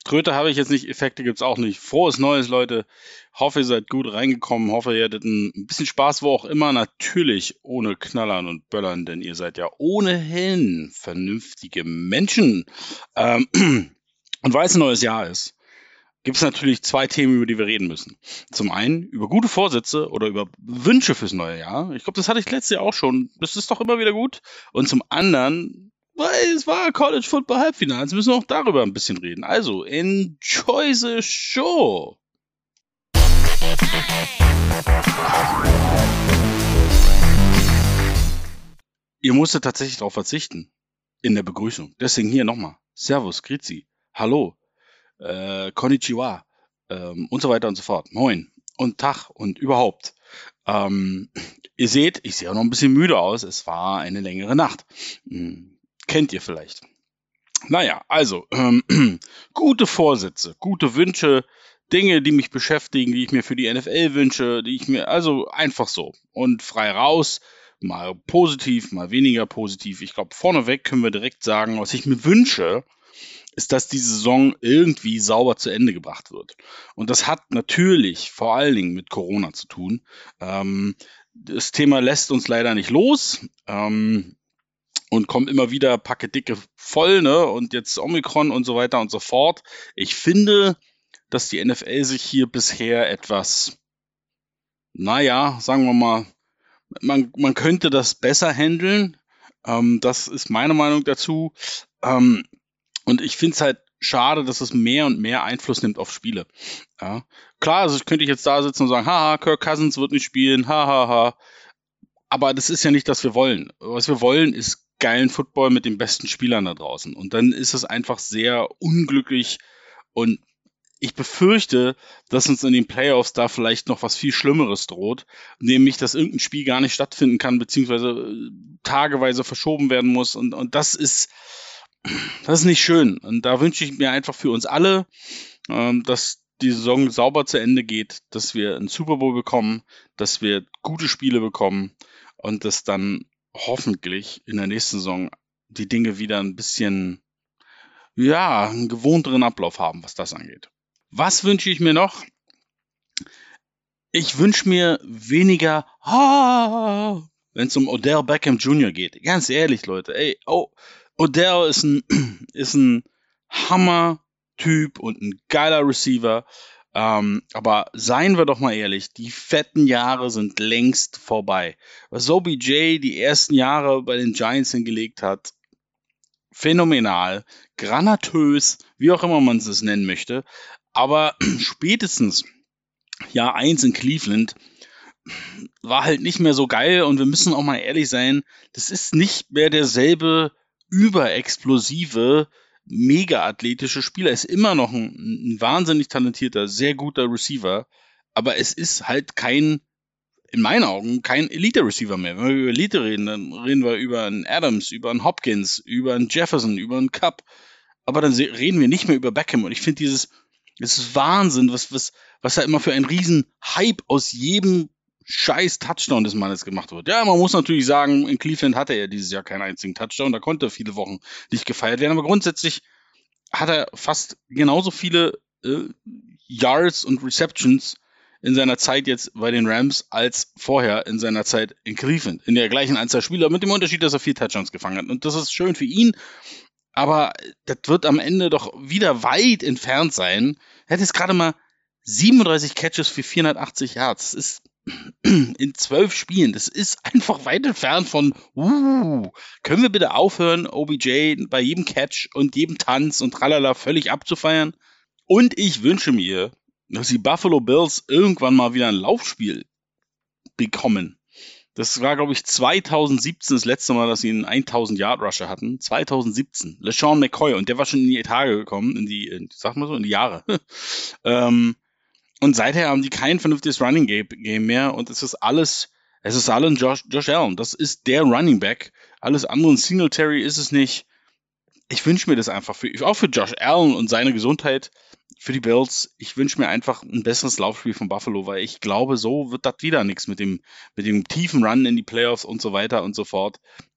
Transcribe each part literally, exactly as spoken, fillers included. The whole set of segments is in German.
Kröte habe ich jetzt nicht, Effekte gibt's auch nicht. Frohes Neues, Leute. Hoffe, ihr seid gut reingekommen. Hoffe, ihr hattet ein bisschen Spaß, wo auch immer. Natürlich ohne Knallern und Böllern, denn ihr seid ja ohnehin vernünftige Menschen. Ähm, und weil es ein neues Jahr ist, gibt es natürlich zwei Themen, über die wir reden müssen. Zum einen über gute Vorsätze oder über Wünsche fürs neue Jahr. Ich glaube, das hatte ich letztes Jahr auch schon. Das ist doch immer wieder gut. Und zum anderen, weil es war College Football Halbfinale, jetzt müssen wir auch darüber ein bisschen reden. Also, enjoy the show! Ihr musstet tatsächlich darauf verzichten in der Begrüßung. Deswegen hier nochmal. Servus, Grüezi, hallo, äh, Konnichiwa ähm, und so weiter und so fort. Moin und Tag und überhaupt. Ähm, ihr seht, ich sehe auch noch ein bisschen müde aus. Es war eine längere Nacht. Hm, kennt ihr vielleicht. Naja, also, ähm, gute Vorsätze, gute Wünsche, Dinge, die mich beschäftigen, die ich mir für die N F L wünsche, die ich mir, also einfach so. Und frei raus, mal positiv, mal weniger positiv. Ich glaube, vorneweg können wir direkt sagen, was ich mir wünsche, ist, dass die Saison irgendwie sauber zu Ende gebracht wird. Und das hat natürlich vor allen Dingen mit Corona zu tun. Ähm, das Thema lässt uns leider nicht los. Ähm, und kommt immer wieder Packe dicke voll, ne? Und jetzt Omikron und so weiter und so fort. Ich finde, dass die N F L sich hier bisher etwas, naja, sagen wir mal, man, man könnte das besser handeln. Ähm, das ist meine Meinung dazu. Ähm, und ich finde es halt schade, dass es mehr und mehr Einfluss nimmt auf Spiele. Ja. Klar, also könnte ich jetzt da sitzen und sagen, haha, Kirk Cousins wird nicht spielen, hahaha. Aber das ist ja nicht, was wir wollen. Was wir wollen, ist geilen Football mit den besten Spielern da draußen. Und dann ist es einfach sehr unglücklich und ich befürchte, dass uns in den Playoffs da vielleicht noch was viel Schlimmeres droht, nämlich, dass irgendein Spiel gar nicht stattfinden kann, beziehungsweise äh, tageweise verschoben werden muss. Und, und das ist, das ist nicht schön. Und da wünsche ich mir einfach für uns alle, ähm, dass die Saison sauber zu Ende geht, dass wir einen Super Bowl bekommen, dass wir gute Spiele bekommen und dass dann hoffentlich in der nächsten Saison die Dinge wieder ein bisschen, ja, einen gewohnteren Ablauf haben, was das angeht. Was wünsche ich mir noch? Ich wünsche mir weniger, ah, wenn es um Odell Beckham Junior geht. Ganz ehrlich, Leute, ey, oh, Odell ist ein, ist ein Hammer-Typ und ein geiler Receiver. Ähm, aber seien wir doch mal ehrlich, die fetten Jahre sind längst vorbei. Was O B J die ersten Jahre bei den Giants hingelegt hat, phänomenal, granatös, wie auch immer man es nennen möchte. Aber spätestens Jahr eins in Cleveland war halt nicht mehr so geil und wir müssen auch mal ehrlich sein, das ist nicht mehr derselbe überexplosive, mega athletische Spieler. Er ist immer noch ein, ein wahnsinnig talentierter, sehr guter Receiver, aber es ist halt kein, in meinen Augen, kein Elite-Receiver mehr. Wenn wir über Elite reden, dann reden wir über einen Adams, über einen Hopkins, über einen Jefferson, über einen Cup, aber dann reden wir nicht mehr über Beckham und ich finde dieses, das ist Wahnsinn, was, was, was da immer für ein riesen Hype aus jedem scheiß Touchdown des Mannes gemacht wird. Ja, man muss natürlich sagen, in Cleveland hatte er dieses Jahr keinen einzigen Touchdown, da konnte viele Wochen nicht gefeiert werden, aber grundsätzlich hat er fast genauso viele äh, Yards und Receptions in seiner Zeit jetzt bei den Rams als vorher in seiner Zeit in Cleveland. In der gleichen Anzahl Spieler, mit dem Unterschied, dass er vier Touchdowns gefangen hat. Und das ist schön für ihn, aber das wird am Ende doch wieder weit entfernt sein. Er hat jetzt gerade mal siebenunddreißig Catches für vierhundertachtzig Yards. Das ist in zwölf Spielen. Das ist einfach weit entfernt von, uh, können wir bitte aufhören, O B J bei jedem Catch und jedem Tanz und tralala völlig abzufeiern? Und ich wünsche mir, dass die Buffalo Bills irgendwann mal wieder ein Laufspiel bekommen. Das war, glaube ich, zweitausendsiebzehn das letzte Mal, dass sie einen tausend-Yard-Rusher hatten. zweitausendsiebzehn. LeSean McCoy. Und der war schon in die Tage gekommen, in die, in, sag mal so, in die Jahre. ähm, und seither haben die kein vernünftiges Running Game mehr. Und es ist alles, es ist alles Josh, Josh Allen. Das ist der Running Back. Alles andere, ein Singletary ist es nicht. Ich wünsche mir das einfach, für, auch für Josh Allen und seine Gesundheit, für die Bills. Ich wünsche mir einfach ein besseres Laufspiel von Buffalo, weil ich glaube, so wird das wieder nichts mit dem, mit dem tiefen Run in die Playoffs und so weiter und so fort.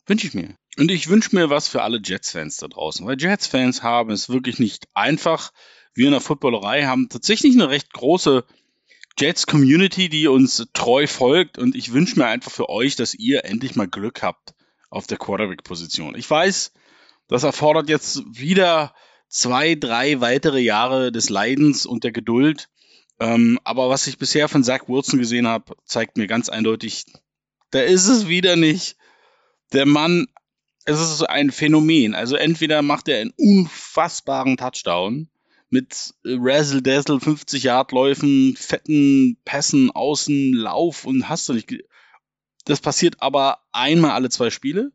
Wünsche ich mir. Und ich wünsche mir was für alle Jets-Fans da draußen, weil Jets-Fans haben es wirklich nicht einfach. Wir in der Footballerei haben tatsächlich eine recht große Jets-Community, die uns treu folgt, und ich wünsche mir einfach für euch, dass ihr endlich mal Glück habt auf der Quarterback-Position. Ich weiß, das erfordert jetzt wieder zwei, drei weitere Jahre des Leidens und der Geduld. Ähm, aber was ich bisher von Zach Wilson gesehen habe, zeigt mir ganz eindeutig, da ist es wieder nicht. Der Mann, es ist ein Phänomen. Also entweder macht er einen unfassbaren Touchdown mit Razzle-Dazzle, fünfzig-Yard-Läufen, fetten Pässen, Außen, Lauf und hast du nicht. Das passiert aber einmal alle zwei Spiele.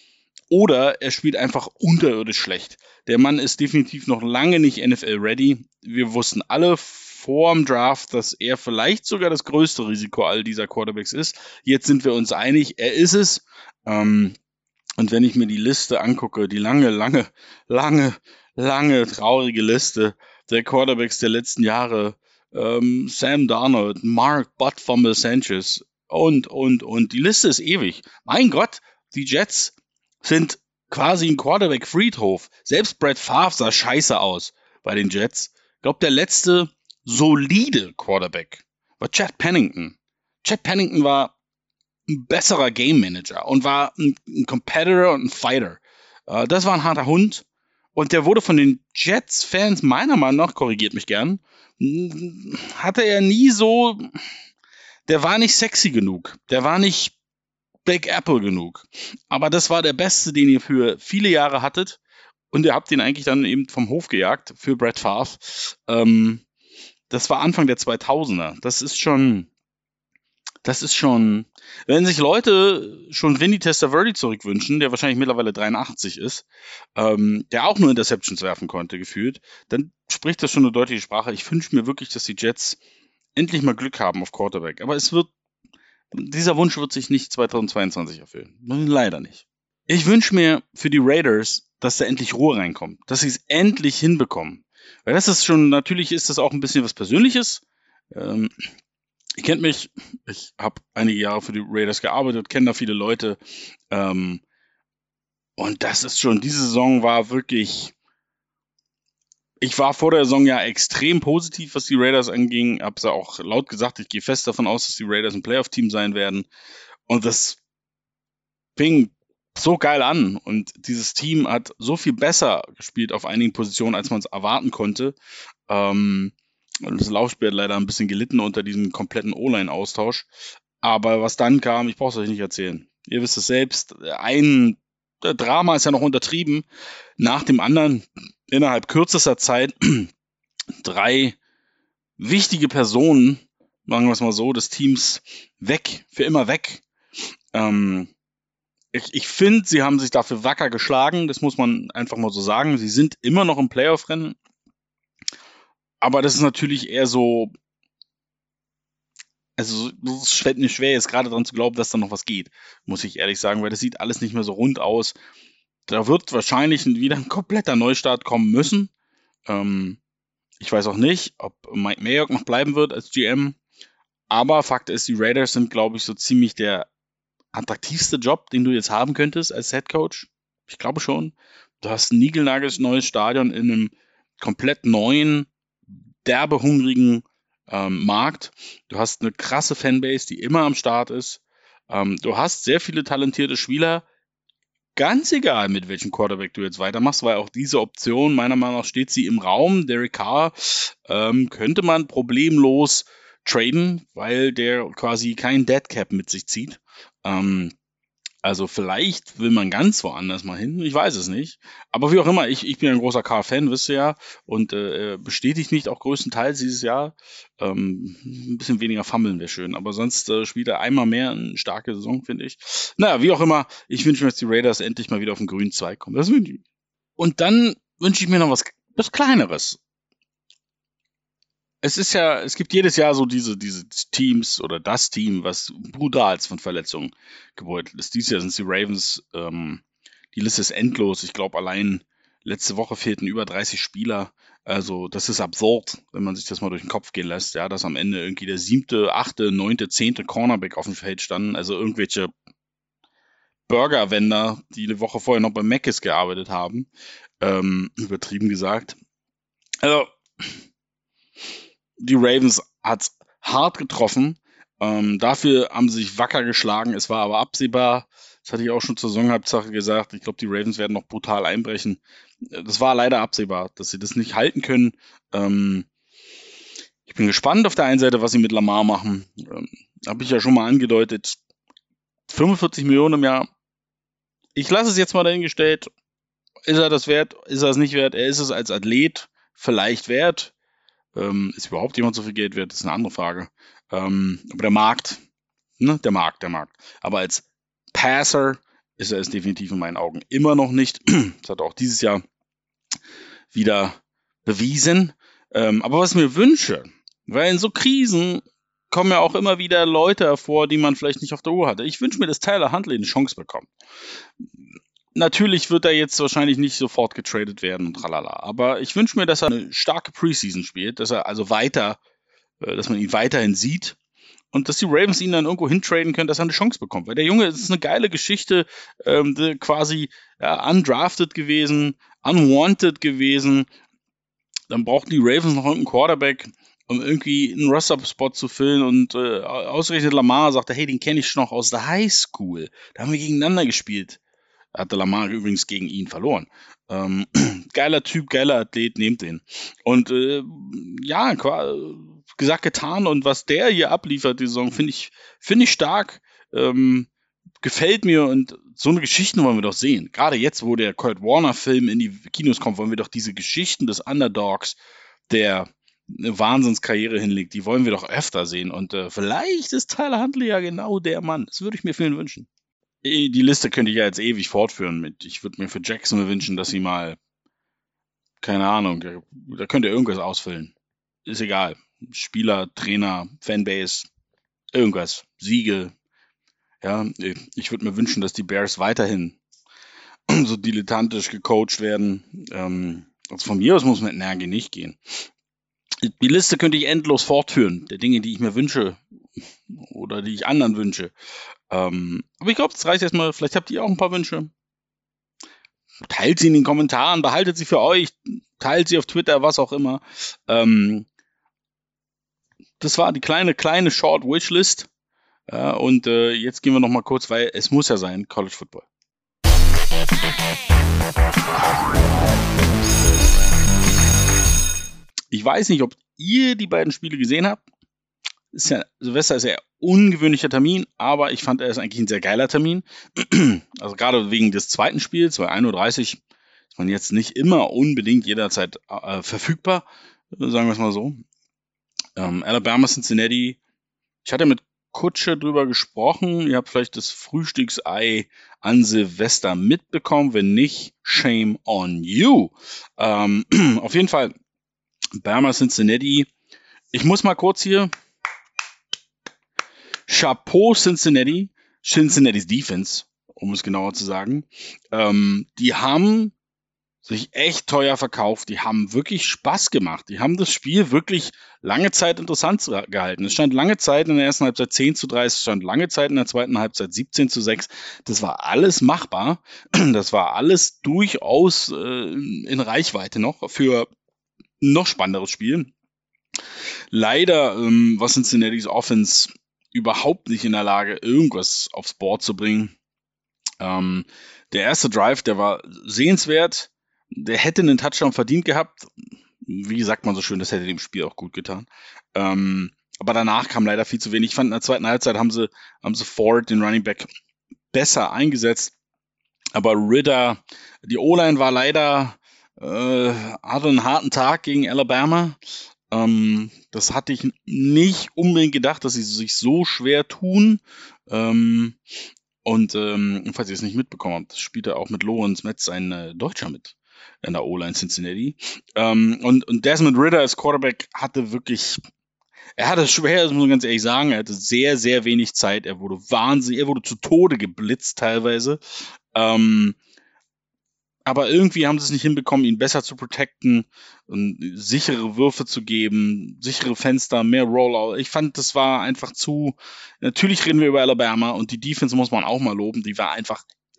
Oder er spielt einfach unterirdisch schlecht. Der Mann ist definitiv noch lange nicht N F L-ready. Wir wussten alle vor dem Draft, dass er vielleicht sogar das größte Risiko all dieser Quarterbacks ist. Jetzt sind wir uns einig, er ist es. Ähm, und wenn ich mir die Liste angucke, die lange, lange, lange, lange traurige Liste der Quarterbacks der letzten Jahre, ähm, Sam Darnold, Mark Butt-Fumble Sanchez und, und, und. Die Liste ist ewig. Mein Gott, die Jets sind quasi ein Quarterback-Friedhof. Selbst Brett Favre sah scheiße aus bei den Jets. Ich glaube, der letzte solide Quarterback war Chad Pennington. Chad Pennington war ein besserer Game Manager und war ein, ein Competitor und ein Fighter. Äh, das war ein harter Hund. Und der wurde von den Jets-Fans meiner Meinung nach, korrigiert mich gern, hatte er nie so, der war nicht sexy genug. Der war nicht Big Apple genug. Aber das war der Beste, den ihr für viele Jahre hattet. Und ihr habt ihn eigentlich dann eben vom Hof gejagt für Brett Favre. Ähm, das war Anfang der zweitausender. Das ist schon, das ist schon, wenn sich Leute schon Vinny Testaverde zurückwünschen, der wahrscheinlich mittlerweile dreiundachtzig ist, ähm, der auch nur Interceptions werfen konnte, gefühlt, dann spricht das schon eine deutliche Sprache. Ich wünsche mir wirklich, dass die Jets endlich mal Glück haben auf Quarterback. Aber es wird, dieser Wunsch wird sich nicht zweitausendzweiundzwanzig erfüllen. Leider nicht. Ich wünsche mir für die Raiders, dass da endlich Ruhe reinkommt, dass sie es endlich hinbekommen. Weil das ist schon, natürlich ist das auch ein bisschen was Persönliches. Ähm, ihr kennt mich, ich habe einige Jahre für die Raiders gearbeitet, kenne da viele Leute. Ähm, und das ist schon, diese Saison war wirklich, ich war vor der Saison ja extrem positiv, was die Raiders anging. Hab's ja auch laut gesagt, ich gehe fest davon aus, dass die Raiders ein Playoff-Team sein werden. Und das fing so geil an. Und dieses Team hat so viel besser gespielt auf einigen Positionen, als man es erwarten konnte. Ähm, das Laufspiel hat leider ein bisschen gelitten unter diesem kompletten O-Line-Austausch. Aber was dann kam, ich brauche es euch nicht erzählen. Ihr wisst es selbst. Ein Drama ist ja noch untertrieben. Nach dem anderen innerhalb kürzester Zeit drei wichtige Personen, sagen wir es mal so, des Teams weg, für immer weg. Ähm, ich ich finde, sie haben sich dafür wacker geschlagen, das muss man einfach mal so sagen. Sie sind immer noch im Playoff-Rennen, aber das ist natürlich eher so, also es fällt mir schwer, jetzt gerade dran zu glauben, dass da noch was geht, muss ich ehrlich sagen, weil das sieht alles nicht mehr so rund aus. Da wird wahrscheinlich wieder ein kompletter Neustart kommen müssen. Ähm, ich weiß auch nicht, ob Mike Mayock noch bleiben wird als G M. Aber Fakt ist, die Raiders sind, glaube ich, so ziemlich der attraktivste Job, den du jetzt haben könntest als Head Coach. Ich glaube schon. Du hast ein niegelnagels neues Stadion in einem komplett neuen, derbe hungrigen ähm, Markt. Du hast eine krasse Fanbase, die immer am Start ist. Ähm, du hast sehr viele talentierte Spieler. Ganz egal, mit welchem Quarterback du jetzt weitermachst, weil auch diese Option, meiner Meinung nach, steht sie im Raum. Derek Carr ähm, könnte man problemlos traden, weil der quasi kein Deadcap mit sich zieht. Ähm, also vielleicht will man ganz woanders mal hin, ich weiß es nicht. Aber wie auch immer, ich, ich bin ein großer Carr-Fan, wisst ihr ja, und äh, bestätigt mich auch größtenteils dieses Jahr. Ähm, ein bisschen weniger Fummeln wäre schön, aber sonst äh, spielt er einmal mehr eine starke Saison, finde ich. Naja, wie auch immer, ich wünsche mir, dass die Raiders endlich mal wieder auf den grünen Zweig kommen. Das wünsche ich. Und dann wünsche ich mir noch was, was Kleineres. Es ist ja, es gibt jedes Jahr so diese, diese Teams oder das Team, was brutal von Verletzungen gebeutelt ist. Dieses Jahr sind es die Ravens. Ähm, die Liste ist endlos. Ich glaube, allein letzte Woche fehlten über dreißig Spieler. Also, das ist absurd, wenn man sich das mal durch den Kopf gehen lässt, ja, dass am Ende irgendwie der siebte, achte, neunte, zehnte Cornerback auf dem Feld standen. Also irgendwelche Burger-Vendor, die eine Woche vorher noch bei Mc's gearbeitet haben. Ähm, übertrieben gesagt. Also, die Ravens hat's hart getroffen. Ähm, dafür haben sie sich wacker geschlagen. Es war aber absehbar. Das hatte ich auch schon zur Saisonhalbzeit gesagt. Ich glaube, die Ravens werden noch brutal einbrechen. Das war leider absehbar, dass sie das nicht halten können. Ähm, ich bin gespannt auf der einen Seite, was sie mit Lamar machen. Ähm, Habe ich ja schon mal angedeutet. fünfundvierzig Millionen im Jahr. Ich lasse es jetzt mal dahingestellt. Ist er das wert? Ist er es nicht wert? Er ist es als Athlet vielleicht wert. Ähm, ist überhaupt jemand so viel Geld wert? Das ist eine andere Frage. Ähm, aber der Markt, ne? Der Markt, der Markt. Aber als Passer ist er es definitiv in meinen Augen immer noch nicht. Das hat er auch dieses Jahr wieder bewiesen. Ähm, aber was ich mir wünsche, weil in so Krisen kommen ja auch immer wieder Leute hervor, die man vielleicht nicht auf der Uhr hatte. Ich wünsche mir, dass Tyler Huntley eine Chance bekommt. Natürlich wird er jetzt wahrscheinlich nicht sofort getradet werden und tralala. Aber ich wünsche mir, dass er eine starke Preseason spielt, dass er also weiter, äh, dass man ihn weiterhin sieht und dass die Ravens ihn dann irgendwo hintraden können, dass er eine Chance bekommt. Weil der Junge, das ist eine geile Geschichte, ähm, quasi ja, undrafted gewesen, unwanted gewesen. Dann brauchten die Ravens noch irgendeinen Quarterback, um irgendwie einen Roster-Spot zu füllen und äh, ausgerechnet Lamar sagte, hey, den kenne ich schon noch aus der High School. Da haben wir gegeneinander gespielt. Hatte Lamar übrigens gegen ihn verloren. Ähm, geiler Typ, geiler Athlet, nehmt den. Und äh, ja, gesagt, getan. Und was der hier abliefert, die Saison, finde ich, finde ich stark. Ähm, gefällt mir. Und so eine Geschichten wollen wir doch sehen. Gerade jetzt, wo der Kurt Warner-Film in die Kinos kommt, wollen wir doch diese Geschichten des Underdogs, der eine Wahnsinnskarriere hinlegt, die wollen wir doch öfter sehen. Und äh, vielleicht ist Tyler Huntley ja genau der Mann. Das würde ich mir für ihn wünschen. Die Liste könnte ich ja jetzt ewig fortführen mit. Ich würde mir für Jackson wünschen, dass sie mal, keine Ahnung, da, da könnt ihr irgendwas ausfüllen. Ist egal. Spieler, Trainer, Fanbase, irgendwas. Siege. Ja, ich würde mir wünschen, dass die Bears weiterhin so dilettantisch gecoacht werden. Ähm, also von mir aus muss mit Nagy nicht gehen. Die Liste könnte ich endlos fortführen, der Dinge, die ich mir wünsche oder die ich anderen wünsche. Ähm, aber ich glaube, das reicht erstmal. Vielleicht habt ihr auch ein paar Wünsche. Teilt sie in den Kommentaren, behaltet sie für euch, teilt sie auf Twitter, was auch immer. Ähm, das war die kleine, kleine Short Wishlist. Ja, und äh, jetzt gehen wir noch mal kurz, weil es muss ja sein, College Football. Ich weiß nicht, ob ihr die beiden Spiele gesehen habt. Ist ja, Silvester ist ja ein ungewöhnlicher Termin, aber ich fand, er ist eigentlich ein sehr geiler Termin. Also gerade wegen des zweiten Spiels, weil ein Uhr dreißig ist man jetzt nicht immer unbedingt jederzeit äh, verfügbar, sagen wir es mal so. Ähm, Alabama, Cincinnati. Ich hatte mit Kutsche drüber gesprochen. Ihr habt vielleicht das Frühstücksei an Silvester mitbekommen. Wenn nicht, shame on you. Ähm, auf jeden Fall, Alabama, Cincinnati. Ich muss mal kurz hier Chapeau Cincinnati, Cincinnati's Defense, um es genauer zu sagen. Ähm, die haben sich echt teuer verkauft. Die haben wirklich Spaß gemacht. Die haben das Spiel wirklich lange Zeit interessant gehalten. Es stand lange Zeit in der ersten Halbzeit zehn zu drei, es stand lange Zeit in der zweiten Halbzeit siebzehn zu sechs. Das war alles machbar. Das war alles durchaus äh, in Reichweite noch für ein noch spannenderes Spiel. Leider ähm, war Cincinnati's Offense überhaupt nicht in der Lage, irgendwas aufs Board zu bringen. Ähm, der erste Drive, der war sehenswert. Der hätte einen Touchdown verdient gehabt. Wie sagt man so schön, das hätte dem Spiel auch gut getan. Ähm, aber danach kam leider viel zu wenig. Ich fand, in der zweiten Halbzeit haben sie, haben sie Ford, den Running Back, besser eingesetzt. Aber Ridder, die O-Line war leider, äh, hatte einen harten Tag gegen Alabama. Ähm, das hatte ich nicht unbedingt gedacht, dass sie sich so schwer tun. Ähm, und ähm, falls ihr es nicht mitbekommen habt, spielt er auch mit Lawrence Metz ein äh, Deutscher mit in der O-Line Cincinnati. Ähm, und, und Desmond Ridder als Quarterback hatte wirklich, er hatte es schwer, das muss man ganz ehrlich sagen, er hatte sehr, sehr wenig Zeit. Er wurde wahnsinnig, er wurde zu Tode geblitzt teilweise. Ähm, Aber irgendwie haben sie es nicht hinbekommen, ihn besser zu protecten, und sichere Würfe zu geben, sichere Fenster, mehr Rollout. Ich fand, das war einfach zu. Natürlich reden wir über Alabama und die Defense muss man auch mal loben. Die war einfach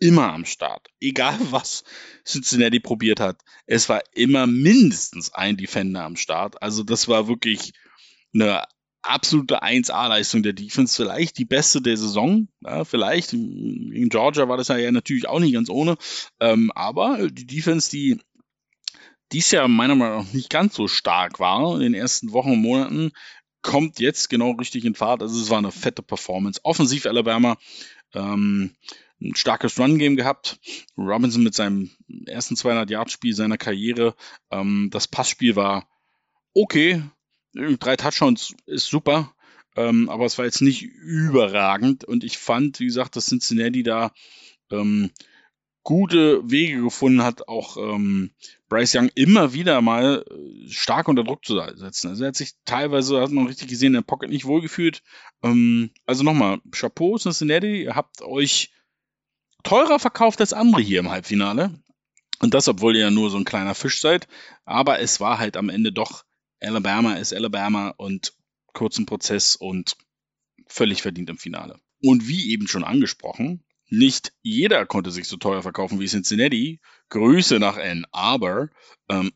immer am Start. Egal was Cincinnati probiert hat, es war immer mindestens ein Defender am Start. Also das war wirklich eine absolute eins A-Leistung der Defense, vielleicht die beste der Saison, ja, vielleicht, gegen Georgia war das ja, ja natürlich auch nicht ganz ohne, ähm, aber die Defense, die dies Jahr meiner Meinung nach nicht ganz so stark war in den ersten Wochen und Monaten, kommt jetzt genau richtig in Fahrt. Also es war eine fette Performance. Offensiv Alabama, ähm, ein starkes Run-Game gehabt. Robinson mit seinem ersten zweihundert-Yard-Spiel seiner Karriere. Ähm, das Passspiel war okay. Drei Touchdowns ist super. Ähm, aber es war jetzt nicht überragend. Und ich fand, wie gesagt, dass Cincinnati da ähm, gute Wege gefunden hat, auch ähm, Bryce Young immer wieder mal äh, stark unter Druck zu setzen. Also er hat sich teilweise, hat man richtig gesehen, in der Pocket nicht wohlgefühlt. Ähm, also nochmal, Chapeau Cincinnati, ihr habt euch teurer verkauft als andere hier im Halbfinale. Und das, obwohl ihr ja nur so ein kleiner Fisch seid. Aber es war halt am Ende doch, Alabama ist Alabama und kurzen Prozess und völlig verdient im Finale. Und wie eben schon angesprochen, nicht jeder konnte sich so teuer verkaufen wie Cincinnati. Grüße nach Ann Arbor. Ähm,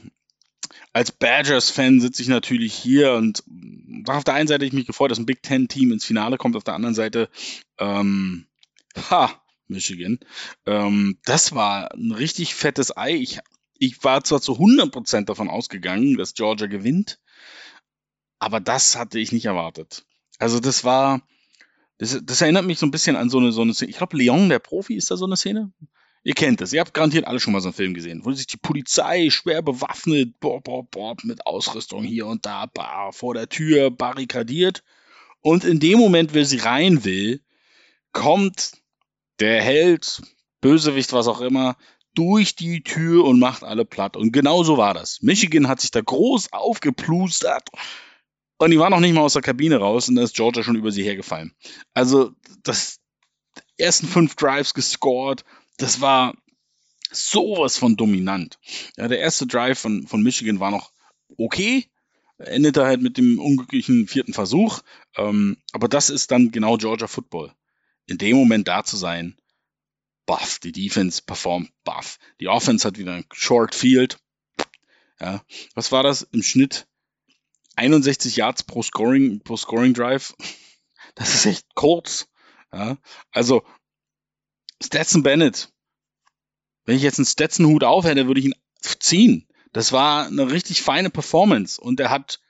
als Badgers-Fan sitze ich natürlich hier und auf der einen Seite ich mich gefreut, dass ein Big Ten-Team ins Finale kommt, auf der anderen Seite, ähm, ha, Michigan. Ähm, das war ein richtig fettes Ei. Ich, ich war zwar zu hundert Prozent davon ausgegangen, dass Georgia gewinnt, aber das hatte ich nicht erwartet. Also das war, das, das erinnert mich so ein bisschen an so eine, so eine Szene. Ich glaube, Leon, der Profi, ist da so eine Szene? Ihr kennt das. Ihr habt garantiert alle schon mal so einen Film gesehen, wo sich die Polizei schwer bewaffnet, boah, boah, boah, mit Ausrüstung hier und da, bah, vor der Tür barrikadiert. Und in dem Moment, wer sie rein will, kommt der Held, Bösewicht, was auch immer, durch die Tür und macht alle platt. Und genau so war das. Michigan hat sich da groß aufgeplustert. Und die waren noch nicht mal aus der Kabine raus und da ist Georgia schon über sie hergefallen. Also, das ersten fünf Drives gescored, das war sowas von dominant. Ja, der erste Drive von, von Michigan war noch okay, endete halt mit dem unglücklichen vierten Versuch. Ähm, aber das ist dann genau Georgia Football. In dem Moment da zu sein, buff. Die Defense performt buff. Die Offense hat wieder ein Short Field. Ja, was war das im Schnitt? einundsechzig Yards pro Scoring, pro Scoring Drive. Das ist echt kurz. Ja, also Stetson Bennett. Wenn ich jetzt einen Stetson-Hut auf hätte, würde ich ihn ziehen. Das war eine richtig feine Performance. Und er hat,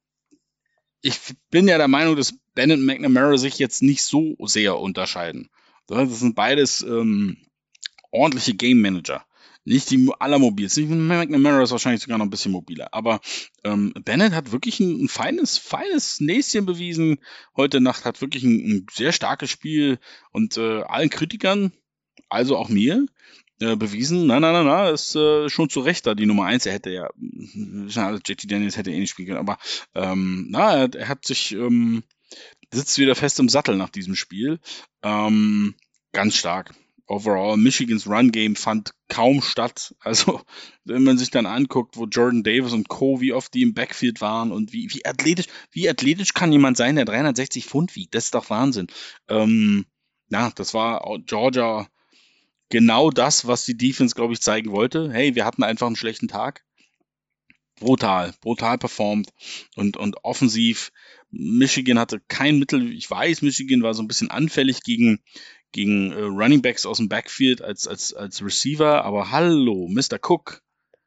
ich bin ja der Meinung, dass Bennett und McNamara sich jetzt nicht so sehr unterscheiden. Das sind beides ähm, ordentliche Game Manager. Nicht die allermobilsten. McNamara ist wahrscheinlich sogar noch ein bisschen mobiler. Aber ähm, Bennett hat wirklich ein, ein feines, feines Näschen bewiesen. Heute Nacht hat wirklich ein, ein sehr starkes Spiel und äh, allen Kritikern, also auch mir, äh, bewiesen, na, na, na, na, ist äh, schon zu Recht da die Nummer eins. Er hätte ja, J T Daniels hätte eh nicht spielen können, aber ähm, na, er, er hat sich, ähm, sitzt wieder fest im Sattel nach diesem Spiel. Ähm, ganz stark. Overall, Michigans Run-Game fand kaum statt. Also, wenn man sich dann anguckt, wo Jordan Davis und Co., wie oft die im Backfield waren und wie, wie athletisch, wie athletisch kann jemand sein, der dreihundertsechzig Pfund wiegt? Das ist doch Wahnsinn. Ähm, ja, das war Georgia genau das, was die Defense, glaube ich, zeigen wollte. Hey, wir hatten einfach einen schlechten Tag. Brutal, brutal performt und, und offensiv. Michigan hatte kein Mittel. Ich weiß, Michigan war so ein bisschen anfällig gegen, gegen äh, Running Backs aus dem Backfield als, als, als Receiver, aber hallo, Mister Cook.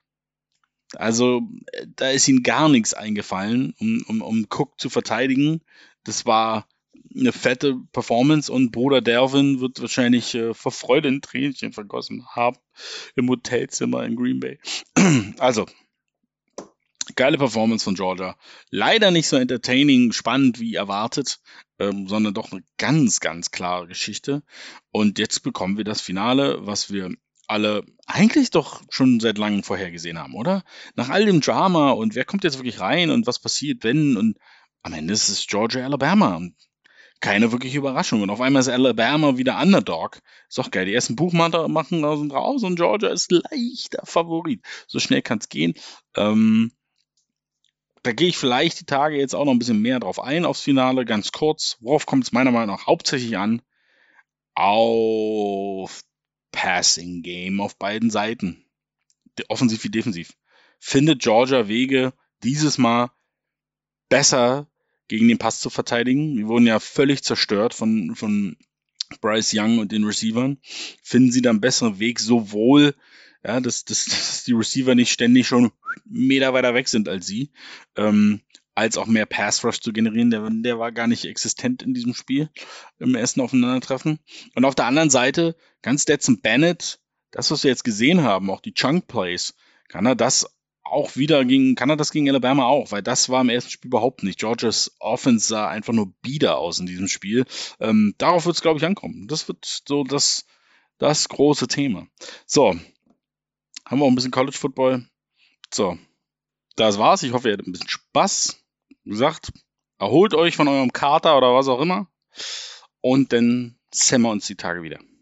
Also, äh, da ist ihm gar nichts eingefallen, um, um, um Cook zu verteidigen. Das war eine fette Performance und Bruder Derwin wird wahrscheinlich äh, vor Freude ein Tränchen vergossen haben im Hotelzimmer in Green Bay. Also, geile Performance von Georgia. Leider nicht so entertaining, spannend wie erwartet, ähm, sondern doch eine ganz, ganz klare Geschichte. Und jetzt bekommen wir das Finale, was wir alle eigentlich doch schon seit langem vorhergesehen haben, oder? Nach all dem Drama und wer kommt jetzt wirklich rein und was passiert, wenn und am Ende ist es Georgia Alabama. Und keine wirkliche Überraschung. Und auf einmal ist Alabama wieder Underdog. Ist doch geil. Die ersten Buchmacher machen aus und raus und Georgia ist leichter Favorit. So schnell kann es gehen. Ähm, da gehe ich vielleicht die Tage jetzt auch noch ein bisschen mehr drauf ein, aufs Finale, ganz kurz. Worauf kommt es meiner Meinung nach hauptsächlich an? Auf Passing Game auf beiden Seiten, offensiv wie defensiv, findet Georgia Wege, dieses Mal besser gegen den Pass zu verteidigen. Wir wurden ja völlig zerstört von, von Bryce Young und den Receivern. Finden sie da einen besseren Weg, sowohl, ja, dass, dass, dass die Receiver nicht ständig schon Meter weiter weg sind als sie, ähm, als auch mehr Pass Rush zu generieren. Der, der war gar nicht existent in diesem Spiel, im ersten Aufeinandertreffen. Und auf der anderen Seite, ganz Stetson Bennett, das, was wir jetzt gesehen haben, auch die Chunk Plays, kann er das auch wieder gegen, kann er das gegen Alabama auch, weil das war im ersten Spiel überhaupt nicht. Georgias Offense sah einfach nur bieder aus in diesem Spiel. Ähm, darauf wird es, glaube ich, ankommen. Das wird so das, das große Thema. So, haben wir auch ein bisschen College Football. So, das war's. Ich hoffe, ihr hattet ein bisschen Spaß. Wie gesagt, erholt euch von eurem Kater oder was auch immer. Und dann sehen wir uns die Tage wieder.